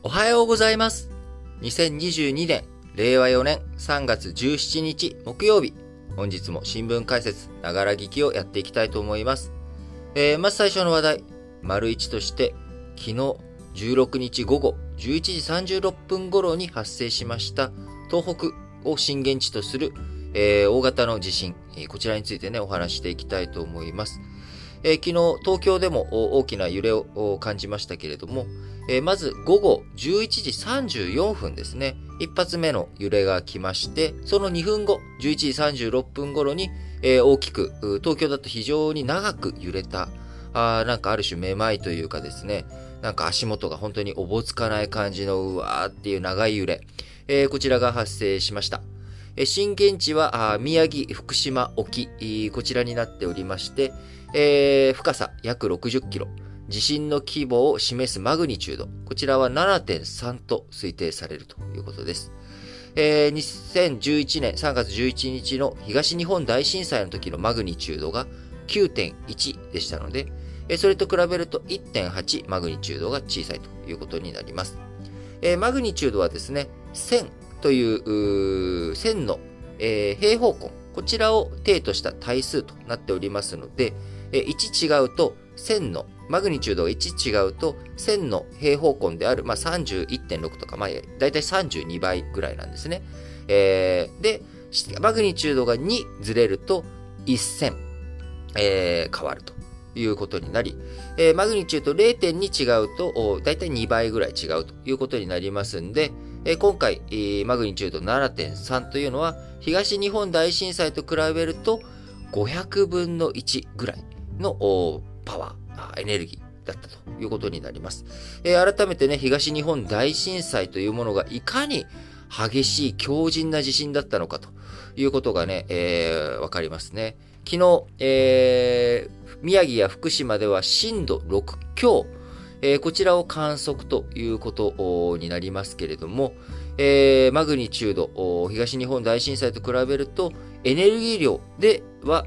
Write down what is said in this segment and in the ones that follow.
おはようございます。2022年令和4年3月17日木曜日。本日も新聞解説、ながら聞きをやっていきたいと思います。まず最初の話題、丸1として、昨日16日午後11時36分頃に発生しました東北を震源地とする、大型の地震、こちらについてね、お話していきたいと思います。昨日東京でも大きな揺れを感じましたけれども、まず午後11時34分ですね。一発目の揺れが来まして、その2分後、11時36分頃に、大きく、東京だと非常に長く揺れた、なんかある種めまいというかですね、なんか足元が本当におぼつかない感じのうわーっていう長い揺れ、こちらが発生しました。震源地は宮城、福島沖、こちらになっておりまして、深さ約60キロ。地震の規模を示すマグニチュード。こちらは 7.3 と推定されるということです。2011年3月11日の東日本大震災の時のマグニチュードが 9.1 でしたので、それと比べると 1.8 マグニチュードが小さいということになります。マグニチュードはですね、1000という線の、平方根、こちらを定とした対数となっておりますので、1違うと線のマグニチュードが1違うと線の平方根である、31.6 とか、だいたい32倍ぐらいなんですね。で、マグニチュードが2ずれると1線、変わるということになり、マグニチュード 0.2 違うとだいたい2倍ぐらい違うということになりますんで、今回、マグニチュード 7.3 というのは東日本大震災と比べると500分の1ぐらいのパワー、エネルギーだったということになります。改めてね、東日本大震災というものがいかに激しい強靭な地震だったのかということがね、わかりますね。昨日、宮城や福島では震度6強、こちらを観測ということになりますけれども、マグニチュード、東日本大震災と比べるとエネルギー量では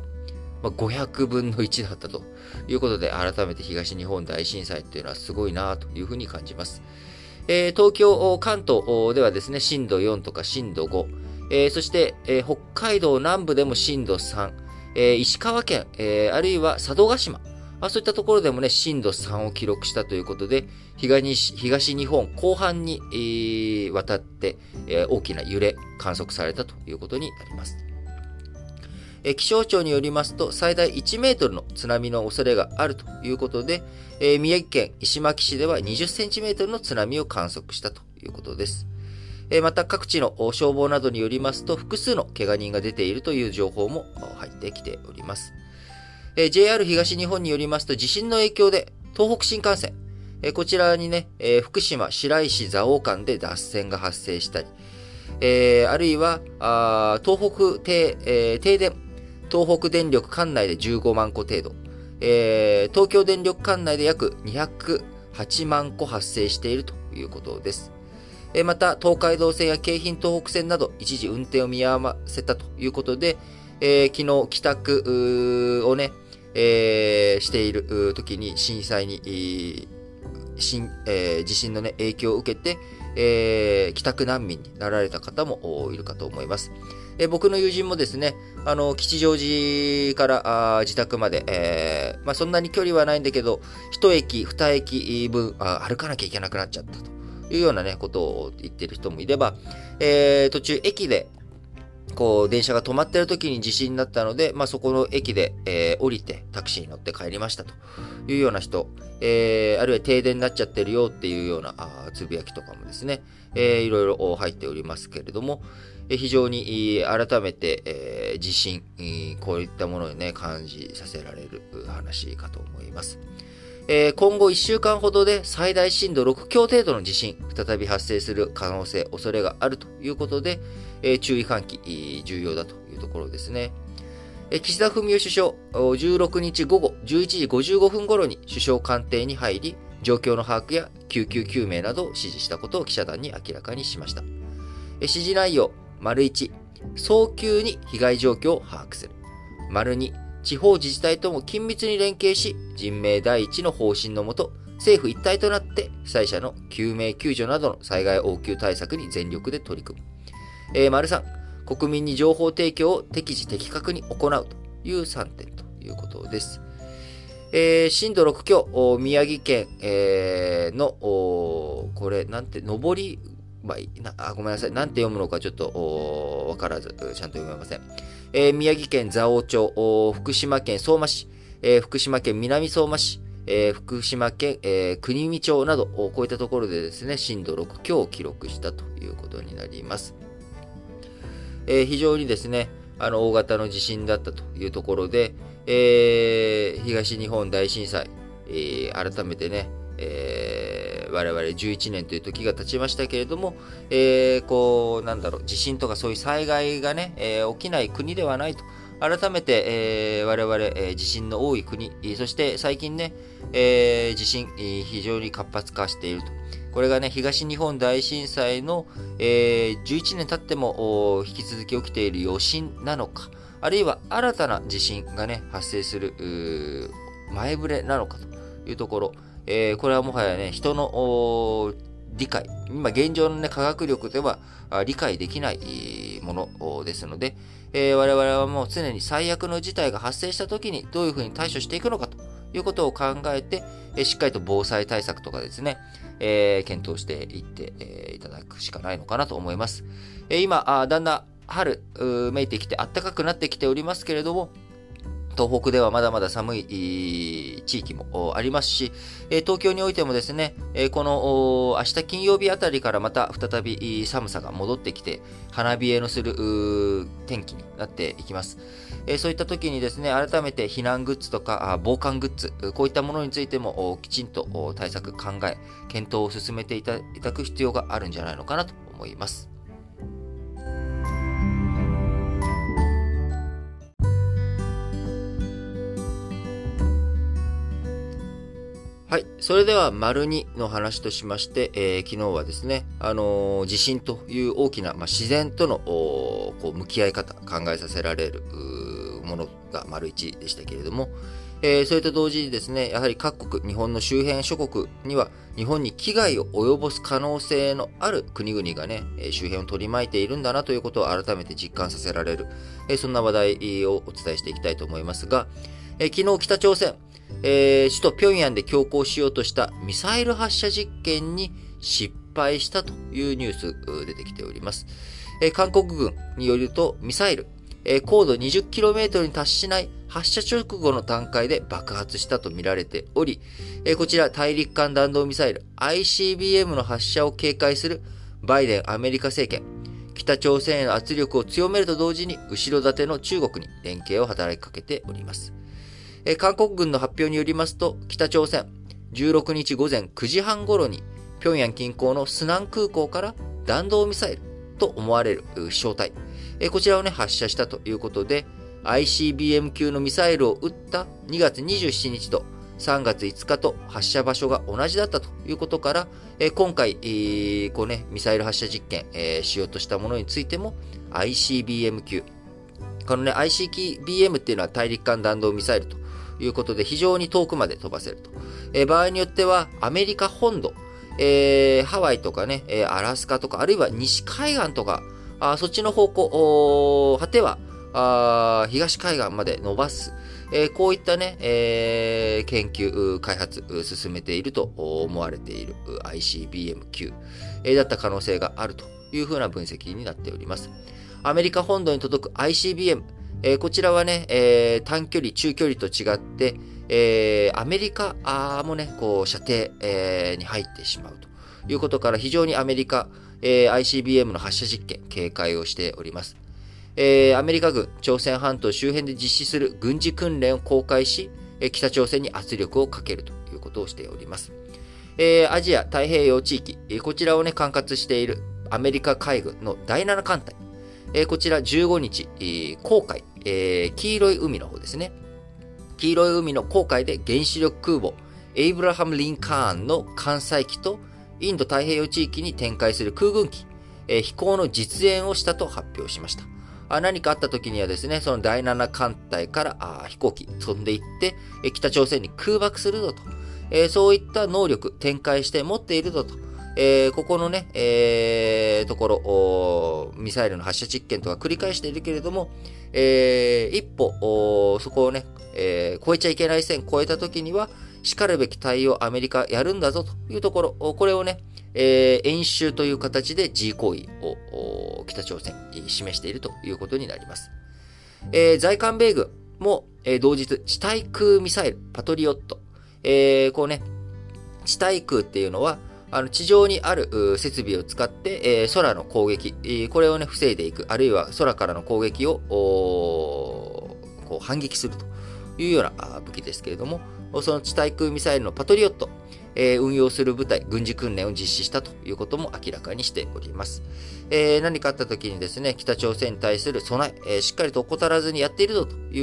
500分の1だったということで、改めて東日本大震災っていうのはすごいなというふうに感じます。東京、関東ではですね、震度4とか震度5、そして、北海道南部でも震度3、石川県、あるいは佐渡島、そういったところでもね、震度3を記録したということで、東日本後半に、わたって、大きな揺れ観測されたということになります。気象庁によりますと、最大1メートルの津波の恐れがあるということで、宮城県石巻市では20センチメートルの津波を観測したということです。また各地の消防などによりますと、複数の怪我人が出ているという情報も入ってきております。JR 東日本によりますと、地震の影響で東北新幹線、こちらにね、福島白石蔵王間で脱線が発生したり、あるいは東北停電、東北電力管内で15万戸程度、東京電力管内で約208万戸発生しているということです。また東海道線や京浜東北線など一時運転を見合わせたということで、昨日帰宅をね、している時に震災に、地震のね、影響を受けて、帰宅難民になられた方もいるかと思います。僕の友人もですね、吉祥寺から自宅まで、そんなに距離はないんだけど、1駅、2駅分歩かなきゃいけなくなっちゃったというようなね、ことを言っている人もいれば、途中駅で、電車が止まっている時に地震になったので、そこの駅で、降りてタクシーに乗って帰りましたというような人、あるいは停電になっちゃってるよっていうようなつぶやきとかもですね、いろいろ入っておりますけれども、非常に改めて、地震、こういったものをね、感じさせられる話かと思います。今後1週間ほどで最大震度6強程度の地震、再び発生する可能性、恐れがあるということで、注意喚起、重要だというところですね。岸田文雄首相、16日午後11時55分頃に首相官邸に入り、状況の把握や救急救命などを指示したことを記者団に明らかにしました。指示内容、1、早急に被害状況を把握する。2、地方自治体とも緊密に連携し、人命第一の方針のもと、 政府一体となって被災者の救命救助などの災害応急対策に全力で取り組む。丸3、国民に情報提供を適時的確に行うという3点ということです。震度6強、宮城県、の、これ、上り、ごめんなさい。なんて読むのかちょっと、わからず、ちゃんと読めません。宮城県蔵王町、福島県相馬市、福島県南相馬市、福島県、国見町など、こういったところでですね、震度6強を記録したということになります。非常にですね、大型の地震だったというところで、東日本大震災、改めてね、我々11年という時が経ちましたけれども、地震とかそういう災害がね、起きない国ではないと。改めて、我々、地震の多い国、そして最近ね、地震、非常に活発化していると。これがね、東日本大震災の、11年経っても引き続き起きている余震なのか、あるいは新たな地震がね、発生する前触れなのかというところ、これはもはやね、人の理解、今現状のね、科学力では理解できないものですので、我々はもう常に最悪の事態が発生した時にどういうふうに対処していくのかということを考えて、しっかりと防災対策とかですね、検討していっていただくしかないのかなと思います。今、だんだん春めいてきて暖かくなってきておりますけれども、東北ではまだまだ寒い地域もありますし、東京においてもですね、この明日金曜日あたりからまた再び寒さが戻ってきて、花冷えのする天気になっていきます。そういった時にですね、改めて避難グッズとか防寒グッズ、こういったものについてもきちんと対策考え、検討を進めていただく必要があるんじゃないのかなと思います。はい。それでは、丸2の話としまして、昨日はですね、地震という大きな、自然との向き合い方、考えさせられるものが丸1でしたけれども、それと同時にですね、やはり各国、日本の周辺諸国には、日本に危害を及ぼす可能性のある国々がね、周辺を取り巻いているんだなということを改めて実感させられる、そんな話題をお伝えしていきたいと思いますが、昨日北朝鮮、首都平壌で強行しようとしたミサイル発射実験に失敗したというニュース出てきております。韓国軍によるとミサイル、高度 20km に達しない発射直後の段階で爆発したと見られており、こちら大陸間弾道ミサイル ICBM の発射を警戒するバイデンアメリカ政権、北朝鮮への圧力を強めると同時に後ろ盾の中国に連携を働きかけております。韓国軍の発表によりますと、北朝鮮、16日午前9時半頃に、平壌近郊のスナン空港から弾道ミサイルと思われる飛翔体、こちらをね、発射したということで、ICBM 級のミサイルを撃った2月27日と3月5日と発射場所が同じだったということから、今回、ミサイル発射実験、しようとしたものについても ICBM 級。このね、ICBM っていうのは大陸間弾道ミサイルということで非常に遠くまで飛ばせると。場合によってはアメリカ本土、ハワイとかね、アラスカとか、あるいは西海岸とか、そっちの方向、果ては東海岸まで伸ばす。こういったね、研究、開発、進めていると思われている ICBM 級、だった可能性があるというふうな分析になっております。アメリカ本土に届く ICBM、こちらはね、短距離、中距離と違って、アメリカもね、射程、に入ってしまうということから、非常にアメリカ、ICBM の発射実験、警戒をしております。アメリカ軍、朝鮮半島周辺で実施する軍事訓練を公開し、北朝鮮に圧力をかけるということをしております。アジア太平洋地域、こちらをね、管轄しているアメリカ海軍の第7艦隊、こちら15日、黄海、黄色い海の方ですね。黄色い海の黄海で原子力空母、エイブラハム・リンカーンの艦載機とインド太平洋地域に展開する空軍機、飛行の実演をしたと発表しました。何かあった時にはですね、その第7艦隊から飛行機飛んでいって、北朝鮮に空爆するぞとそういった能力、展開して持っているぞと。ここのね、ところ、ミサイルの発射実験とか繰り返しているけれども、一歩、そこをね、超えちゃいけない線、超えた時には、叱るべき対応アメリカやるんだぞというところ、これをね、演習という形で G 行為を北朝鮮に示しているということになります。在韓米軍も、同日、地対空ミサイル、パトリオット。こうね、地対空っていうのは、地上にある設備を使って、空の攻撃、これをね、防いでいく、あるいは空からの攻撃を、こう反撃するというような武器ですけれども、その地対空ミサイルのパトリオット、運用する部隊、軍事訓練を実施したということも明らかにしております。何かあった時にですね、北朝鮮に対する備え、しっかりと怠らずにやっているぞという、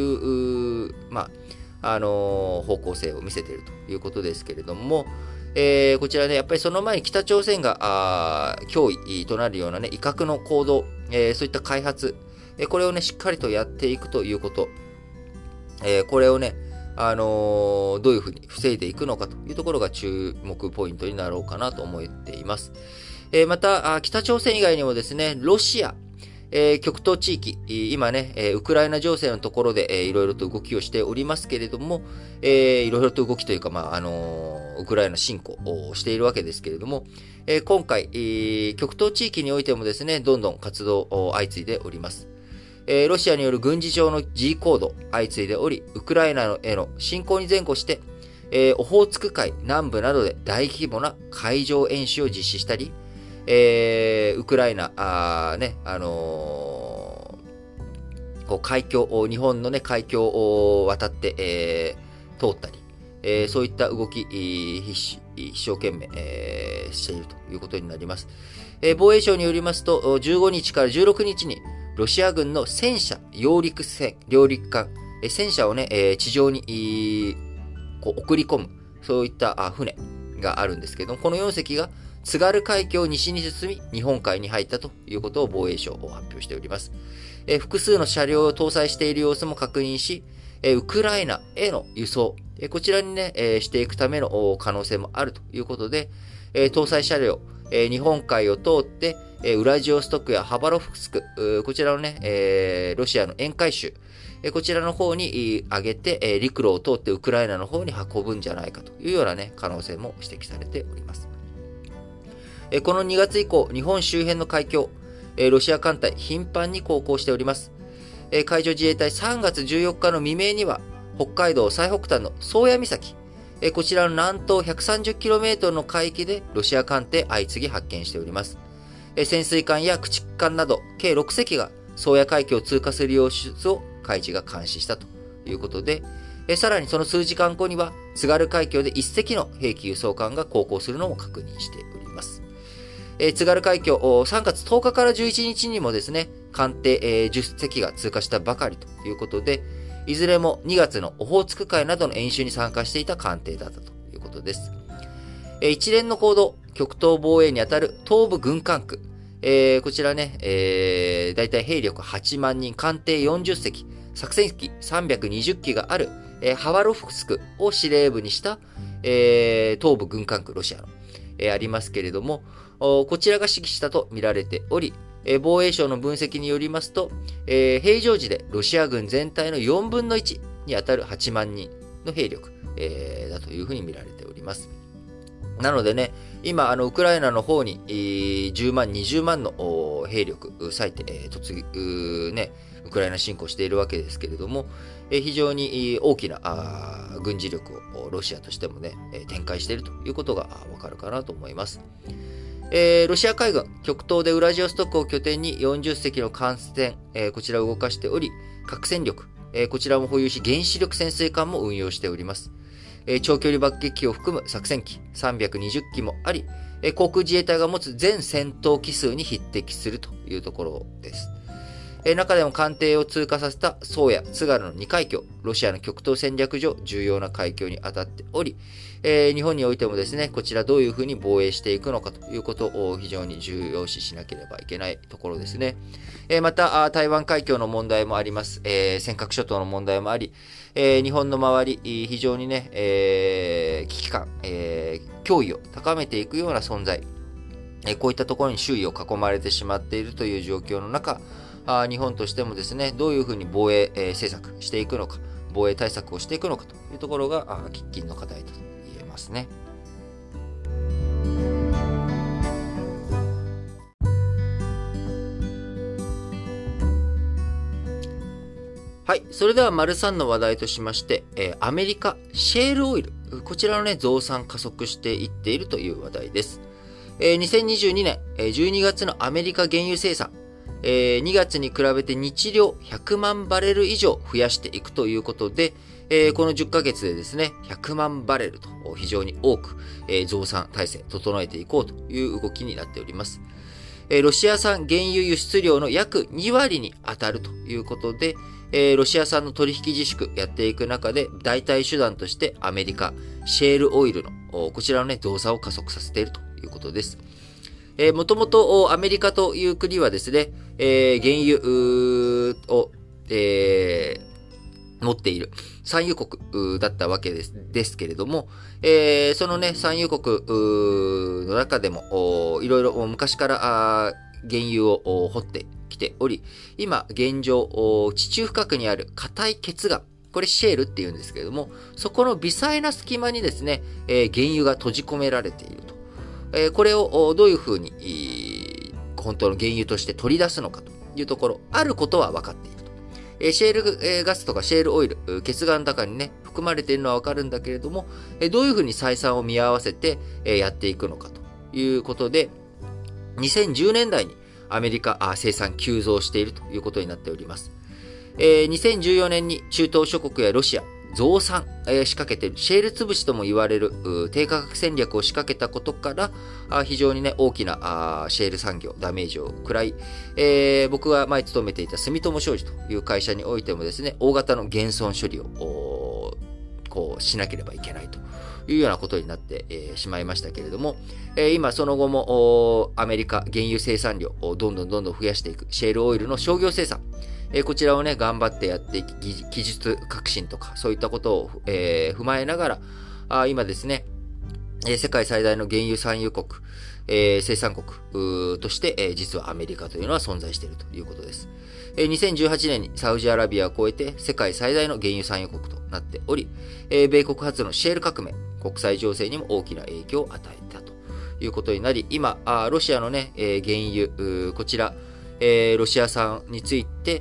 方向性を見せているということですけれども、こちらね、やっぱりその前に北朝鮮が脅威となるようなね、威嚇の行動、そういった開発、これをね、しっかりとやっていくということ、これをね、どういうふうに防いでいくのかというところが注目ポイントになろうかなと思っています。また、北朝鮮以外にもですね、ロシア、極東地域、今ね、ウクライナ情勢のところで、いろいろと動きをしておりますけれども、いろいろと動きというか、ウクライナ侵攻をしているわけですけれども、今回、極東地域においてもですね、どんどん活動を相次いでおります。ロシアによる軍事上の G 行動相次いでおり、ウクライナへの侵攻に前後して、オホーツク海南部などで大規模な海上演習を実施したり、ウクライナ、海峡、日本のね、海峡を渡って、通ったり、そういった動き、一生懸命、しているということになります。防衛省によりますと、15日から16日に、ロシア軍の戦車、揚陸艦、戦車をね、地上に、送り込む、そういった船があるんですけども、この4隻が津軽海峡を西に進み、日本海に入ったということを防衛省を発表しております。複数の車両を搭載している様子も確認し、ウクライナへの輸送、こちらにね、していくための可能性もあるということで、搭載車両、日本海を通って、ウラジオストクやハバロフスク、こちらのね、ロシアの沿海州、こちらの方に上げて、陸路を通ってウクライナの方に運ぶんじゃないかというようなね、可能性も指摘されております。この2月以降、日本周辺の海峡、ロシア艦隊頻繁に航行しております。海上自衛隊3月14日の未明には、北海道最北端の宗谷岬、こちらの南東 130km の海域でロシア艦艇相次ぎ発見しております。潜水艦や駆逐艦など計6隻が宗谷海峡を通過する様子を海自が監視したということで、さらにその数時間後には津軽海峡で1隻の兵器輸送艦が航行するのも確認しております。津軽海峡3月10日から11日にもですね、艦艇10隻が通過したばかりということで、いずれも2月のオホーツク海などの演習に参加していた艦艇だったということです。一連の行動、極東防衛にあたる東部軍管区、こちらね、だいたい兵力8万人、艦艇40隻、作戦機320機がある、ハバロフスクを司令部にした、東部軍管区、ロシアの、ありますけれども、こちらが指揮したと見られており、防衛省の分析によりますと、平常時でロシア軍全体の4分の1にあたる8万人の兵力、だというふうに見られております。なのでね、今、ウクライナの方に、10万、20万の兵力割いて、ウクライナ侵攻しているわけですけれども、非常に大きな軍事力をロシアとしてもね、展開しているということがわかるかなと思います。ロシア海軍、極東でウラジオストクを拠点に40隻の艦船、こちらを動かしており、核戦力、こちらも保有し、原子力潜水艦も運用しております。長距離爆撃機を含む作戦機320機もあり、航空自衛隊が持つ全戦闘機数に匹敵するというところです。中でも艦艇を通過させた宗谷、津軽の2海峡、ロシアの極東戦略上重要な海峡に当たっており、日本においてもですね、こちらどういうふうに防衛していくのかということを非常に重要視しなければいけないところですね。また、台湾海峡の問題もあります。尖閣諸島の問題もあり、 日本の周り、非常にね、危機感、脅威を高めていくような存在、こういったところに周囲を囲まれてしまっているという状況の中、日本としてもですね、どういうふうに防衛政策していくのか、防衛対策をしていくのかというところが喫緊の課題と言えますね。はい。それでは、丸3の話題としまして、アメリカ、シェールオイル。こちらのね、増産加速していっているという話題です。2022年12月のアメリカ原油生産、2月に比べて日量100万バレル以上増やしていくということで、この10ヶ月でですね、100万バレルと非常に多く、増産体制整えていこうという動きになっております。ロシア産原油輸出量の約2割に当たるということで、ロシア産の取引自粛やっていく中で代替手段としてアメリカ、シェールオイルのこちらのね、増産を加速させているということです。もともとアメリカという国はですね、原油を、持っている産油国だったわけですけれども、そのね、産油国の中でもいろいろ昔から原油を掘ってきており、今現状地中深くにある硬い結岩、これシェールって言うんですけれども、そこの微細な隙間にですね、原油が閉じ込められていると。これをどういうふうに本当の原油として取り出すのかというところ、あることは分かっていると。シェールガスとかシェールオイル、結岩の中にね、含まれているのは分かるんだけれども、どういうふうに採算を見合わせてやっていくのかということで、2010年代にアメリカ生産急増しているということになっております。2014年に中東諸国やロシア、増産、仕掛けている、シェール潰しとも言われる低価格戦略を仕掛けたことから非常にね、大きなシェール産業、ダメージを食らい、僕が前勤めていた住友商事という会社においてもですね、大型の減損処理をこうしなければいけないというようなことになってしまいましたけれども、今その後もアメリカ原油生産量をどんどん増やしていく、シェールオイルの商業生産、こちらをね、頑張ってやっていき、技術革新とか、そういったことを、踏まえながら、今ですね、世界最大の原油産油国、生産国として、実はアメリカというのは存在しているということです。2018年にサウジアラビアを超えて世界最大の原油産油国となっており、米国発のシェール革命、国際情勢にも大きな影響を与えたということになり、今、ロシアのね、原油、こちら、ロシア産について、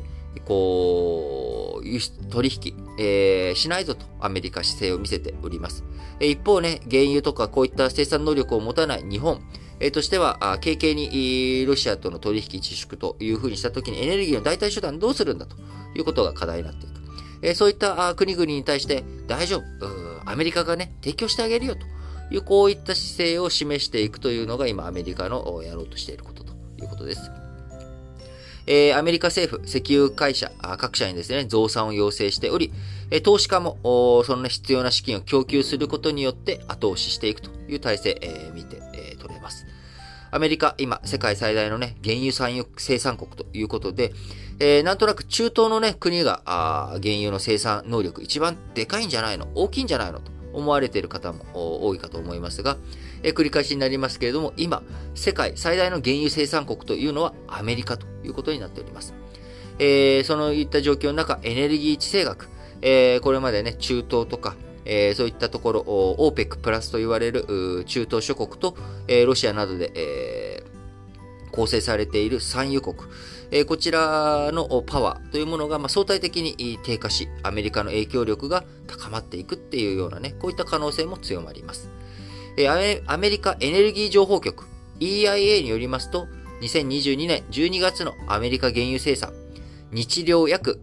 取引、しないぞとアメリカ姿勢を見せております。一方ね、原油とかこういった生産能力を持たない日本、としては、軽々にロシアとの取引自粛というふうにしたときにエネルギーの代替手段どうするんだということが課題になっていく。そういった国々に対して大丈夫、アメリカがね、提供してあげるよというこういった姿勢を示していくというのが今アメリカのやろうとしていることということです。アメリカ政府、石油会社、各社にですね、増産を要請しており、投資家も、その必要な資金を供給することによって後押ししていくという体制、見て、取れます。アメリカ、今、世界最大のね、原油産油生産国ということで、なんとなく中東のね、国が、原油の生産能力一番でかいんじゃないの、大きいんじゃないのと思われている方も多いかと思いますが、繰り返しになりますけれども、今、世界最大の原油生産国というのはアメリカということになっております。そのいった状況の中、エネルギー地政学、これまでね、中東とか、そういったところ、OPEC プラスと言われる中東諸国と、ロシアなどで、構成されている産油国、こちらのパワーというものが相対的に低下し、アメリカの影響力が高まっていくっていうようなね、こういった可能性も強まります。アメリカエネルギー情報局 EIA によりますと、2022年12月のアメリカ原油生産、日量約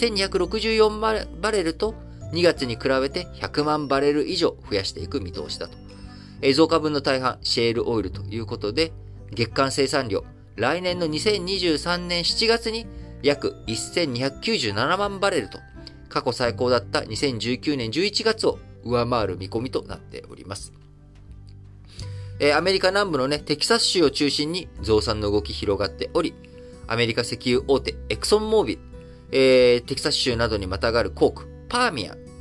1264バレルと2月に比べて100万バレル以上増やしていく見通しだと。増加分の大半、シェールオイルということで、月間生産量、来年の2023年7月に約1297万バレルと、過去最高だった2019年11月を上回る見込みとなっております。アメリカ南部のね、テキサス州を中心に増産の動き広がっており、アメリカ石油大手エクソンモービル、テキサス州などにまたがるコーク、パーミアン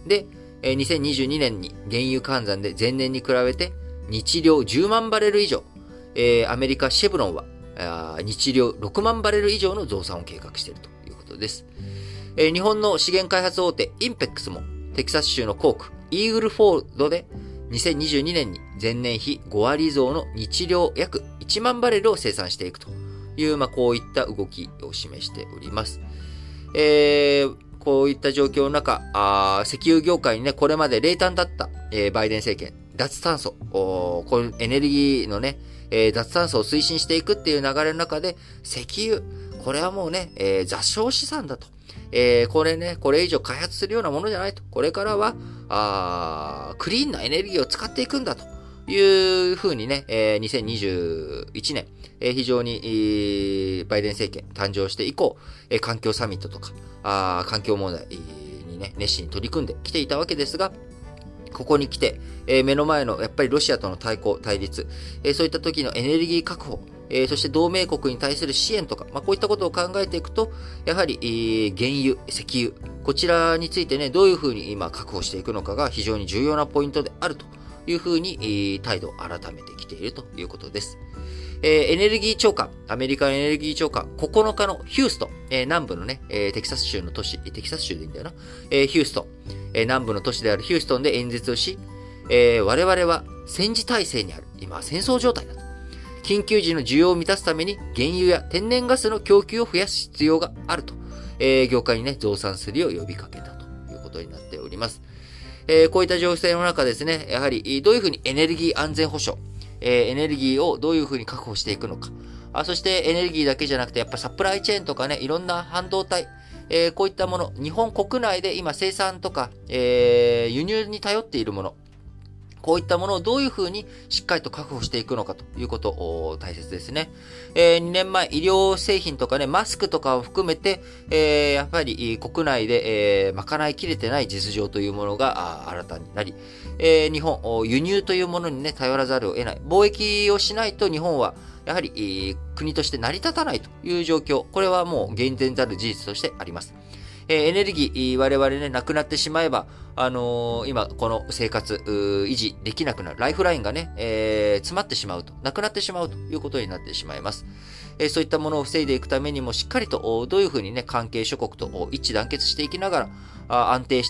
で、2022年に原油換算で前年に比べて日量10万バレル以上、アメリカシェブロンは日量6万バレル以上の増産を計画しているということです。日本の資源開発大手インペックスもテキサス州のコーク、イーグルフォードで2022年に前年比5割増の日量約1万バレルを生産していくという、こういった動きを示しております。こういった状況の中、石油業界にね、これまで冷淡だった、バイデン政権、脱炭素、こういうエネルギーのね、脱炭素を推進していくっていう流れの中で、石油、これはもうね、雑商資産だと。これ以上開発するようなものじゃないと。これからは、クリーンなエネルギーを使っていくんだというふうにね、2021年、非常に、バイデン政権誕生して以降、環境サミットとか、環境問題にね、熱心に取り組んできていたわけですが、ここに来て、目の前のやっぱりロシアとの対立、そういった時のエネルギー確保、そして同盟国に対する支援とか、こういったことを考えていくと、やはり、原油、石油、こちらについてね、どういうふうに今確保していくのかが非常に重要なポイントであるというふうに、態度を改めてきているということです。エネルギー長官、アメリカのエネルギー長官、9日のヒューストン、南部のね、テキサス州の都市、テキサス州でいいんだよな、ヒューストン、南部の都市であるヒューストンで演説をし、我々は戦時体制にある。今は戦争状態だと。緊急時の需要を満たすために原油や天然ガスの供給を増やす必要があると、業界にね、増産するよう呼びかけたということになっております。こういった情勢の中ですね、やはりどういうふうにエネルギー安全保障、エネルギーをどういうふうに確保していくのか。そしてエネルギーだけじゃなくて、やっぱサプライチェーンとかね、いろんな半導体、こういったもの、日本国内で今生産とか、輸入に頼っているもの、こういったものをどういうふうにしっかりと確保していくのかということを大切ですね。2年前、医療製品とかね、マスクとかを含めて、やっぱり国内で、賄いきれてない実情というものが新たになり、日本、輸入というものにね、頼らざるを得ない。貿易をしないと日本は、やはり、国として成り立たないという状況。これはもう厳然たる事実としてあります。エネルギー、我々ね、なくなってしまえば、今、この生活、維持できなくなる。ライフラインがね、詰まってしまうと、なくなってしまうということになってしまいます。そういったものを防いでいくためにも、しっかりと、どういうふうにね、関係諸国と一致団結していきながら、安定して、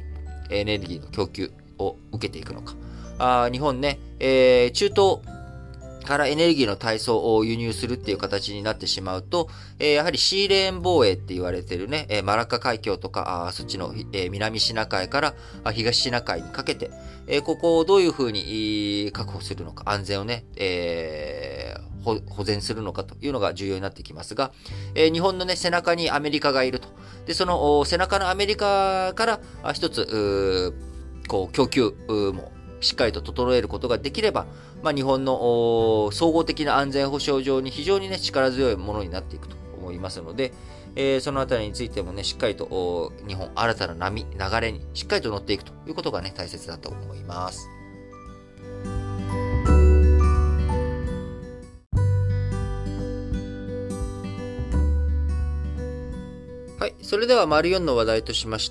エネルギーの供給を受けていくのか。日本ね、中東、からエネルギーの大宗を輸入するっていう形になってしまうと、やはりシーレーン防衛って言われてるね、マラッカ海峡とか、そっちの、南シナ海から東シナ海にかけて、ここをどういうふうに確保するのか、安全をね、保全するのかというのが重要になってきますが、日本のね、背中にアメリカがいると。で、その背中のアメリカから一つ、供給もしっかりと整えることができれば、日本の総合的な安全保障上に非常にね、力強いものになっていくと思いますので、そのあたりについてもね、しっかりと日本新たな流れにしっかりと乗っていくということがね、大切だと思います。はい。それでは、丸4の話題としまして、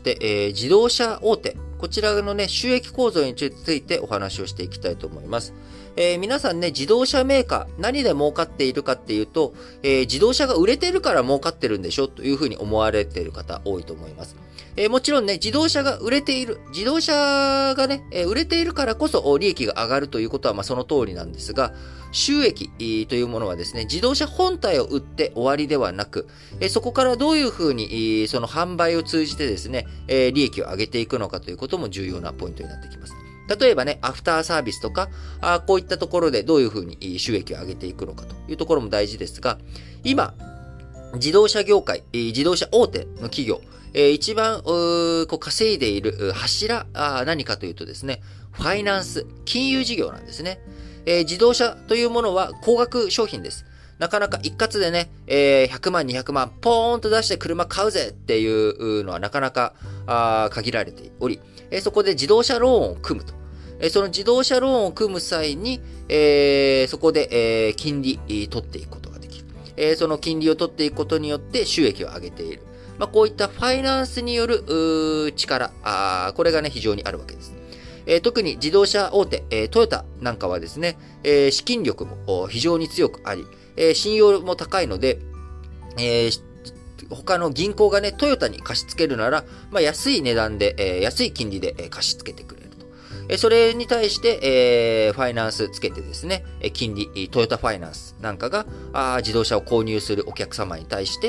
自動車大手。こちらのね、収益構造についてお話をしていきたいと思います。皆さんね、自動車メーカー、何で儲かっているかっていうと、自動車が売れてるから儲かってるんでしょというふうに思われている方多いと思います。もちろんね、自動車が売れている、自動車がね、売れているからこそ利益が上がるということはその通りなんですが、収益というものはですね、自動車本体を売って終わりではなく、そこからどういうふうにその販売を通じてですね、利益を上げていくのかということも重要なポイントになってきます。例えばね、アフターサービスとか、こういったところでどういうふうに収益を上げていくのかというところも大事ですが、今、自動車業界、自動車大手の企業、一番稼いでいる柱、何かというとですね、ファイナンス、金融事業なんですね。自動車というものは高額商品です。なかなか一括でね、100万、200万、ポーンと出して車買うぜっていうのはなかなか限られており、そこで自動車ローンを組むと。その自動車ローンを組む際に、そこで、金利取っていくことができる。その金利を取っていくことによって収益を上げている。 こういったファイナンスによる力、これがね、非常にあるわけです。特に自動車大手、トヨタなんかはですね、資金力も非常に強くあり、信用も高いので、他の銀行がね、トヨタに貸し付けるなら、安い値段で、安い金利で貸し付けてくれると。それに対して、ファイナンスつけてですね、金利、トヨタファイナンスなんかが、自動車を購入するお客様に対して、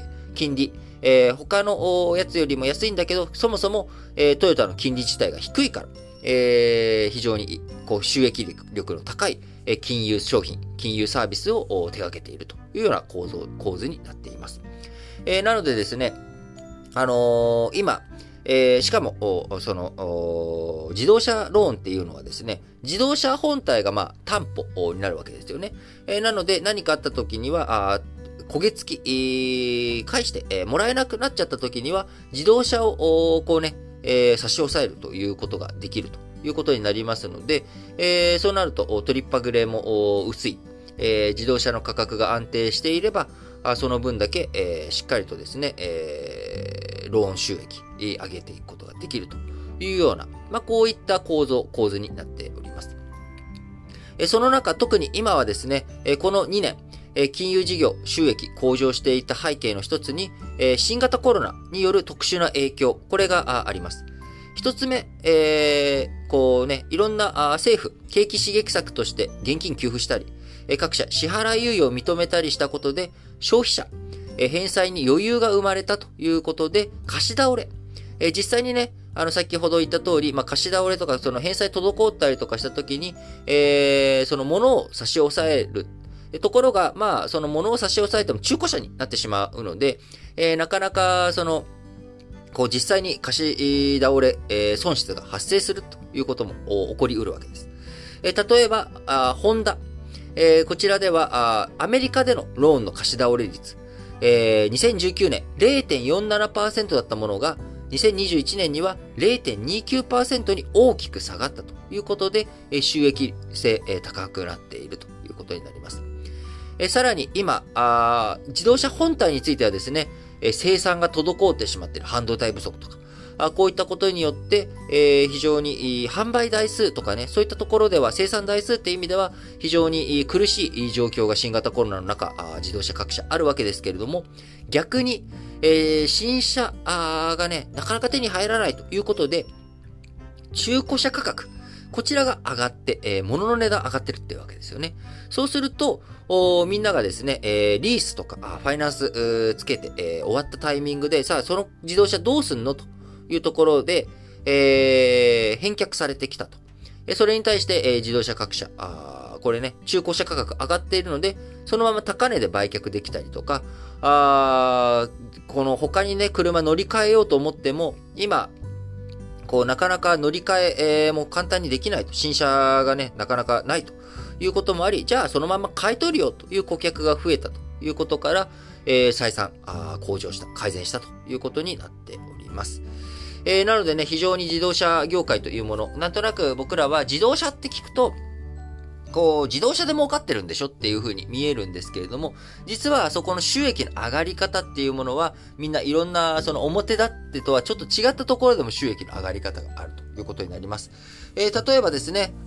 金利、他のやつよりも安いんだけど、そもそも、トヨタの金利自体が低いから、非常に収益力の高い金融商品、金融サービスを手掛けているというような構図になっています。なのでですね、今、しかも、自動車ローンっていうのはですね、自動車本体が担保になるわけですよね。なので何かあった時には、焦げ付き、返して、もらえなくなっちゃった時には、自動車を差し押さえるということができるということになりますので、そうなると取りっぱぐれも薄い、自動車の価格が安定していれば、その分だけ、しっかりとですね、ローン収益、上げていくことができるというような、こういった構図になっております。その中、特に今はですね、この2年、金融事業収益向上していた背景の一つに、新型コロナによる特殊な影響、これがあります。一つ目、いろんな政府、景気刺激策として現金給付したり、各社支払い猶予を認めたりしたことで、消費者、返済に余裕が生まれたということで、貸し倒れ。実際にね、先ほど言った通り、貸し倒れとか、その返済滞ったりとかしたときに、その物を差し押さえる。ところが、その物を差し押さえても中古車になってしまうので、なかなか、実際に貸し倒れ、損失が発生するということも起こり得るわけです。例えば、ホンダ。こちらでは、アメリカでのローンの貸し倒れ率、2019年 0.47% だったものが、2021年には 0.29% に大きく下がったということで、収益性高くなっているということになります。さらに今、自動車本体についてはですね、生産が滞ってしまっている半導体不足とか、こういったことによって、非常に販売台数とかね、そういったところでは生産台数っていう意味では非常に苦しい状況が新型コロナの中、自動車各社あるわけですけれども、逆に、新車がね、なかなか手に入らないということで、中古車価格、こちらが上がって、物の値段上がってるってわけですよね。そうすると、みんながですね、リースとか、ファイナンスつけて、終わったタイミングで、さあ、その自動車どうすんのというところで、返却されてきたと。それに対して、自動車各社、これね、中古車価格上がっているので、そのまま高値で売却できたりとか、この他にね、車乗り換えようと思っても、今、なかなか乗り換えも簡単にできないと。新車がね、なかなかないということもあり、じゃあそのまま買い取るよという顧客が増えたということから、採算向上した、改善したということになっております。なのでね、非常に自動車業界というもの、なんとなく僕らは自動車って聞くと、自動車で儲かってるんでしょっていう風に見えるんですけれども、実はそこの収益の上がり方っていうものは、みんないろんなその表立ってとはちょっと違ったところでも収益の上がり方があるということになります。例えばですね、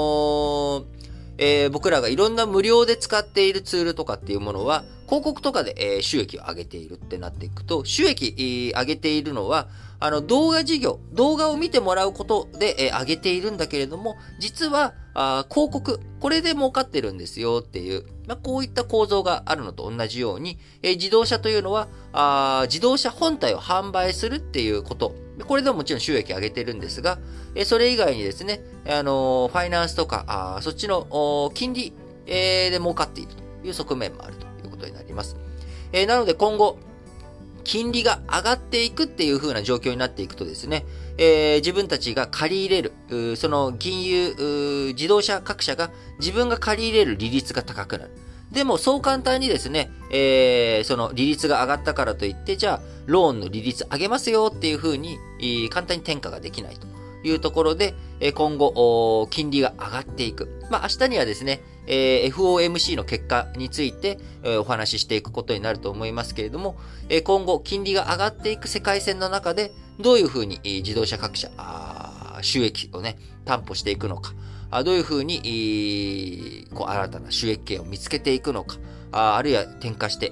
僕らがいろんな無料で使っているツールとかっていうものは、広告とかで、収益を上げているってなっていくと、収益、上げているのは、動画事業、動画を見てもらうことで、上げているんだけれども、実は、広告、これで儲かってるんですよっていう、こういった構造があるのと同じように、自動車というのは、自動車本体を販売するっていうこと、これでももちろん収益上げてるんですが、それ以外にですね、ファイナンスとか、そっちの金利、で儲かっているという側面もあるということになります。なので今後、金利が上がっていくっていう風な状況になっていくとですね、自分たちが借り入れる、その金融、自動車各社が自分が借り入れる利率が高くなる。でもそう簡単にですね、その利率が上がったからといって、じゃあローンの利率上げますよっていう風に、簡単に転嫁ができないというところで、今後、金利が上がっていく。明日にはですね、FOMC の結果について、お話ししていくことになると思いますけれども、今後、金利が上がっていく世界線の中で、どういうふうに自動車各社、収益をね、担保していくのか、どういうふうに、新たな収益源を見つけていくのか、あるいは転化して、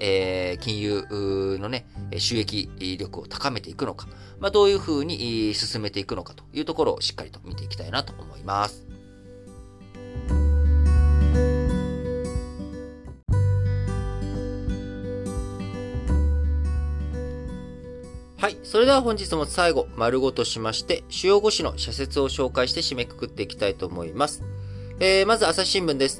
金融のね、収益力を高めていくのか、どういうふうに進めていくのかというところをしっかりと見ていきたいなと思います。はい。それでは本日も最後、丸ごとしまして、主要5紙の社説を紹介して締めくくっていきたいと思います。まず、朝日新聞です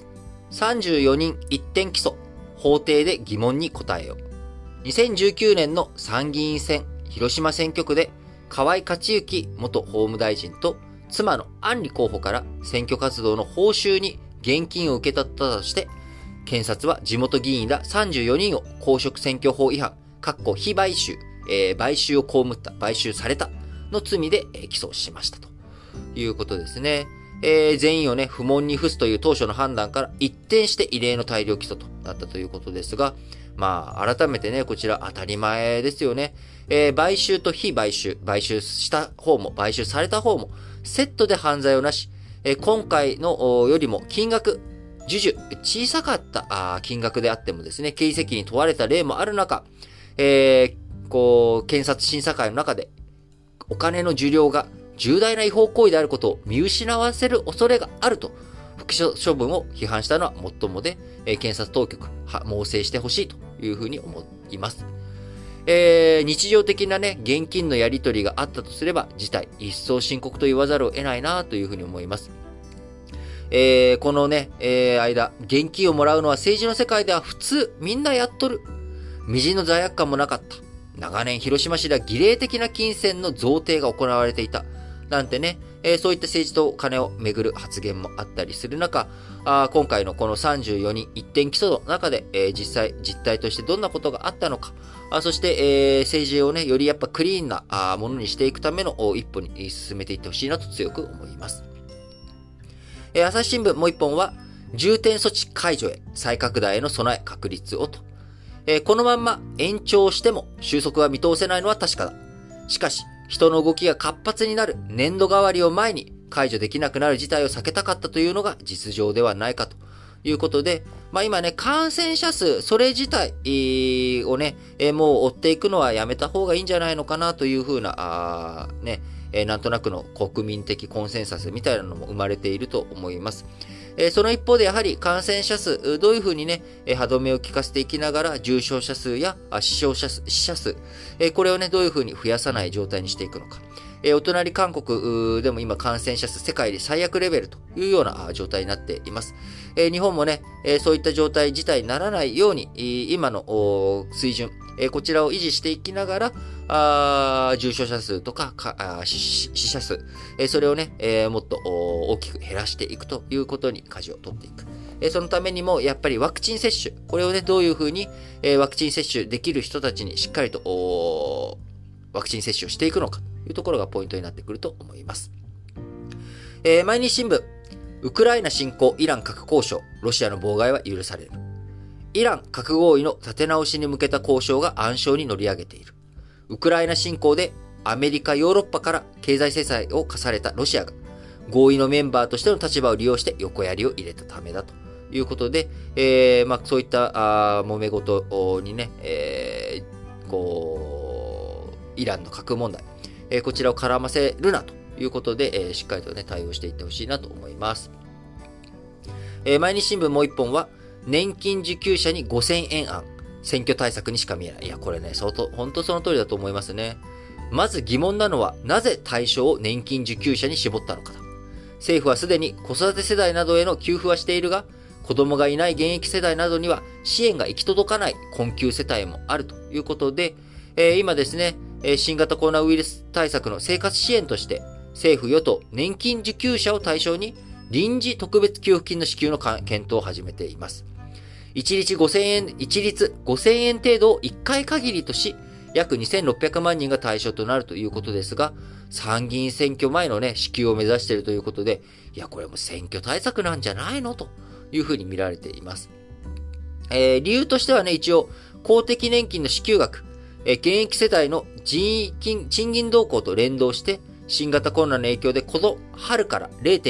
。34人一点起訴。法廷で疑問に答えよ。2019年の参議院選、広島選挙区で、河井克行元法務大臣と妻の安里候補から選挙活動の報酬に現金を受け取ったとして、検察は地元議員ら34人を公職選挙法違反、非買収、買収を被った、買収されたの罪で起訴しましたということですね。全員をね、不問に付すという当初の判断から一転して異例の大量起訴となったということですが、改めてね、こちら当たり前ですよね。買収と非買収、買収した方も、買収された方も、セットで犯罪をなし、今回のよりも金額、小さかった金額であってもですね、刑事責任問われた例もある中、検察審査会の中で、お金の受領が重大な違法行為であることを見失わせる恐れがあると、不起訴処分を批判したのはもっともで、検察当局、猛省してほしいというふうに思います。日常的なね、現金のやり取りがあったとすれば、事態、一層深刻と言わざるを得ないなというふうに思います。このね、間、現金をもらうのは政治の世界では普通、みんなやっとる。微塵の罪悪感もなかった。長年、広島市では儀礼的な金銭の贈呈が行われていた。なんてね、そういった政治と金をめぐる発言もあったりする中、今回のこの34人一点起訴の中で、実態としてどんなことがあったのか、そして、政治をね、よりやっぱクリーンなものにしていくための一歩に進めていってほしいなと強く思います。朝日新聞もう一本は、重点措置解除へ再拡大への備え確立をと。このまんま延長しても収束は見通せないのは確かだ。しかし、人の動きが活発になる年度替わりを前に解除できなくなる事態を避けたかったというのが実情ではないかということで、今ね、感染者数、それ自体をね、もう追っていくのはやめた方がいいんじゃないのかなというふうな、なんとなくの国民的コンセンサスみたいなのも生まれていると思います。その一方でやはり感染者数、どういうふうにね、歯止めを効かせていきながら重症者数や死者数、これをね、どういうふうに増やさない状態にしていくのか。お隣韓国でも今感染者数世界で最悪レベルというような状態になっています。日本もね、そういった状態自体にならないように、今の水準、こちらを維持していきながら、重症者数とか死者数、それをね、もっと大きく減らしていくということに舵を取っていく。そのためにも、やっぱりワクチン接種、これをね、どういうふうに、ワクチン接種できる人たちにしっかりと、ワクチン接種をしていくのかというところがポイントになってくると思います。毎日新聞、ウクライナ侵攻、イラン核交渉、ロシアの妨害は許される。イラン核合意の立て直しに向けた交渉が暗礁に乗り上げている。ウクライナ侵攻でアメリカ、ヨーロッパから経済制裁を課されたロシアが合意のメンバーとしての立場を利用して横槍を入れたためだということで、そういった揉め事にね、イランの核問題、こちらを絡ませるなということで、しっかりとね、対応していってほしいなと思います。毎日新聞もう一本は、年金受給者に5000円案、選挙対策にしか見えない。いや、これね、本当その通りだと思いますね。まず疑問なのは、なぜ対象を年金受給者に絞ったのかだ。政府はすでに子育て世代などへの給付はしているが、子供がいない現役世代などには支援が行き届かない困窮世帯もあるということで、今ですね、新型コロナウイルス対策の生活支援として、政府与党年金受給者を対象に臨時特別給付金の支給の検討を始めています。一律5000円程度を1回限りとし、 約2600万人が対象となるということですが、参議院選挙前のね、支給を目指しているということで、いや、これも選挙対策なんじゃないのというふうに見られています。理由としてはね、一応、公的年金の支給額、現役世代の賃金動向と連動して、新型コロナの影響でこの春から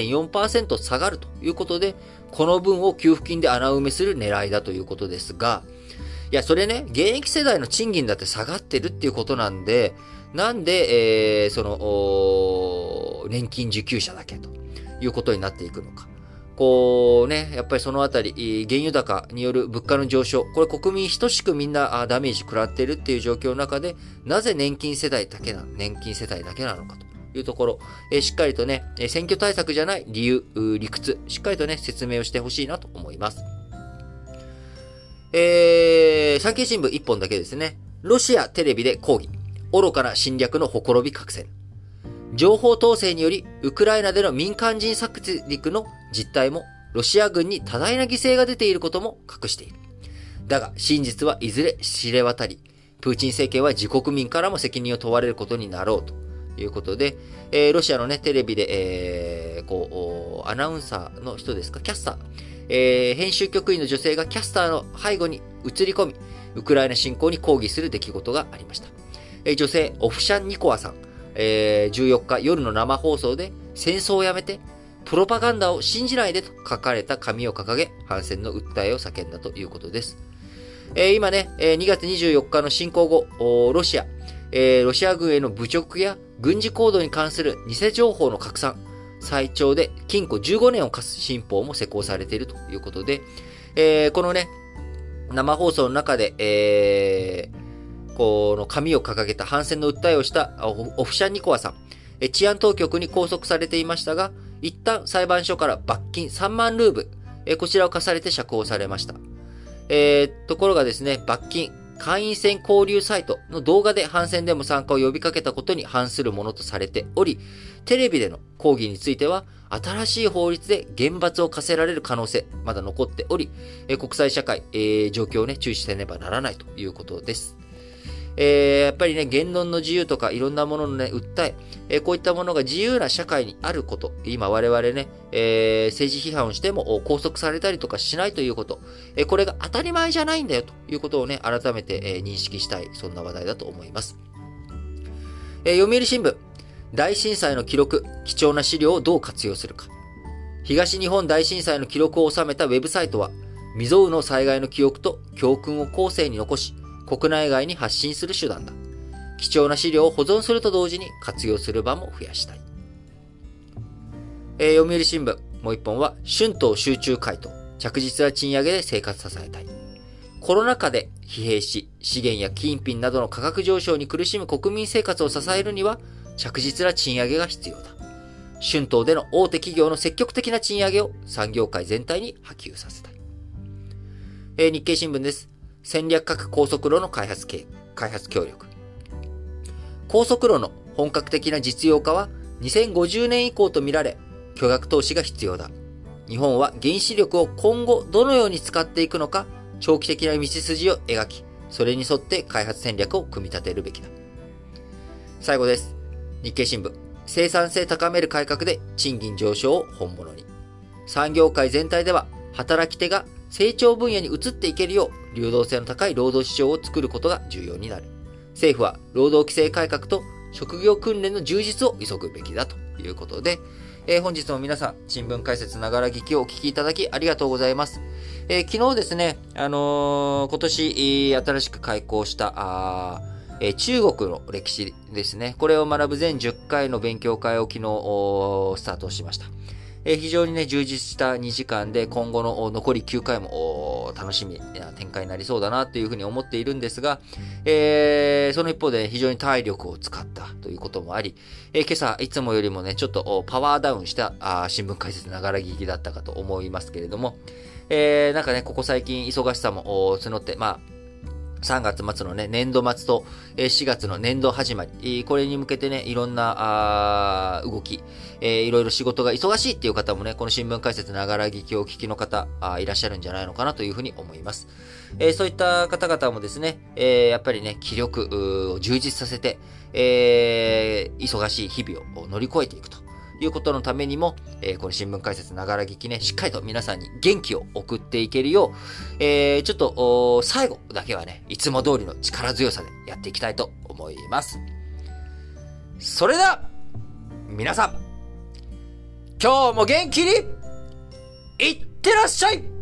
0.4% 下がるということで、この分を給付金で穴埋めする狙いだということですが、いや、それね、現役世代の賃金だって下がってるっていうことなんで、なんで、年金受給者だけということになっていくのか。こうね、やっぱりそのあたり、原油高による物価の上昇、これ国民等しくみんなダメージ食らっているっていう状況の中で、なぜ年金世代だけなのかというところ、しっかりとね、選挙対策じゃない理由、理屈、しっかりとね、説明をしてほしいなと思います。産経新聞1本だけですね。ロシアテレビで抗議。愚かな侵略のほころび隠せる。情報統制により、ウクライナでの民間人殺戮の実態も、ロシア軍に多大な犠牲が出ていることも隠している。だが、真実はいずれ知れ渡り、プーチン政権は自国民からも責任を問われることになろうということで、ロシアのね、テレビで、アナウンサーの人ですか、キャスター、編集局員の女性がキャスターの背後に映り込み、ウクライナ侵攻に抗議する出来事がありました。女性、オフシャンニコワさん、14日夜の生放送で、戦争をやめて、プロパガンダを信じないでと書かれた紙を掲げ、反戦の訴えを叫んだということです。今ね、2月24日の侵攻後、ロシア軍への侮辱や軍事行動に関する偽情報の拡散、最長で禁錮15年を課す新法も施行されているということで、このね、生放送の中で、この紙を掲げた反戦の訴えをしたオフシャンニコワさん、治安当局に拘束されていましたが、一旦裁判所から罰金3万ルーブル、こちらを課されて釈放されました。ところがですね、罰金、会員制交流サイトの動画で反戦デモ参加を呼びかけたことに反するものとされており、テレビでの抗議については、新しい法律で厳罰を課せられる可能性、まだ残っており、国際社会、状況をね、注視せねばならないということです。やっぱりね、言論の自由とかいろんなもののね、訴え、こういったものが自由な社会にあること、今我々ね、政治批判をしても拘束されたりとかしないということ、これが当たり前じゃないんだよということをね、改めて、認識したい、そんな話題だと思います。読売新聞、大震災の記録、貴重な資料をどう活用するか。東日本大震災の記録を収めたウェブサイトは、未曾有の災害の記憶と教訓を後世に残し、国内外に発信する手段だ。貴重な資料を保存すると同時に活用する場も増やしたい。読売新聞、もう一本は、春闘集中回答。着実な賃上げで生活支えたい。コロナ禍で疲弊し、資源や金品などの価格上昇に苦しむ国民生活を支えるには、着実な賃上げが必要だ。春闘での大手企業の積極的な賃上げを産業界全体に波及させたい。日経新聞です。戦略核高速炉の開発協力。高速炉の本格的な実用化は2050年以降とみられ、巨額投資が必要だ。日本は原子力を今後どのように使っていくのか、長期的な道筋を描き、それに沿って開発戦略を組み立てるべきだ。最後です。日経新聞。生産性高める改革で賃金上昇を本物に。産業界全体では働き手が成長分野に移っていけるよう流動性の高い労働市場を作ることが重要になる。政府は労働規制改革と職業訓練の充実を急ぐべきだということで、本日も皆さん新聞解説ながら聞きをお聞きいただきありがとうございます。昨日ですね、今年新しく開講した中国の歴史ですね。これを学ぶ全10回の勉強会を昨日スタートしました。非常にね、充実した2時間で今後の残り9回も楽しみな展開になりそうだなというふうに思っているんですが、その一方で非常に体力を使ったということもあり、今朝いつもよりもね、ちょっとパワーダウンした新聞解説ながら聞きだったかと思いますけれども、なんかね、ここ最近忙しさも募って、 3月末のね、年度末と4月の年度始まり、これに向けてね、いろんな動き、いろいろ仕事が忙しいっていう方もね、この新聞解説ながら聞きをお聞きの方いらっしゃるんじゃないのかなというふうに思います。そういった方々もですね、やっぱりね、気力を充実させて、忙しい日々を乗り越えていくということのためにも、この新聞解説ながら聞きね、しっかりと皆さんに元気を送っていけるよう、ちょっと最後だけはね、いつも通りの力強さでやっていきたいと思います。それでは、皆さん、今日も元気にいってらっしゃい。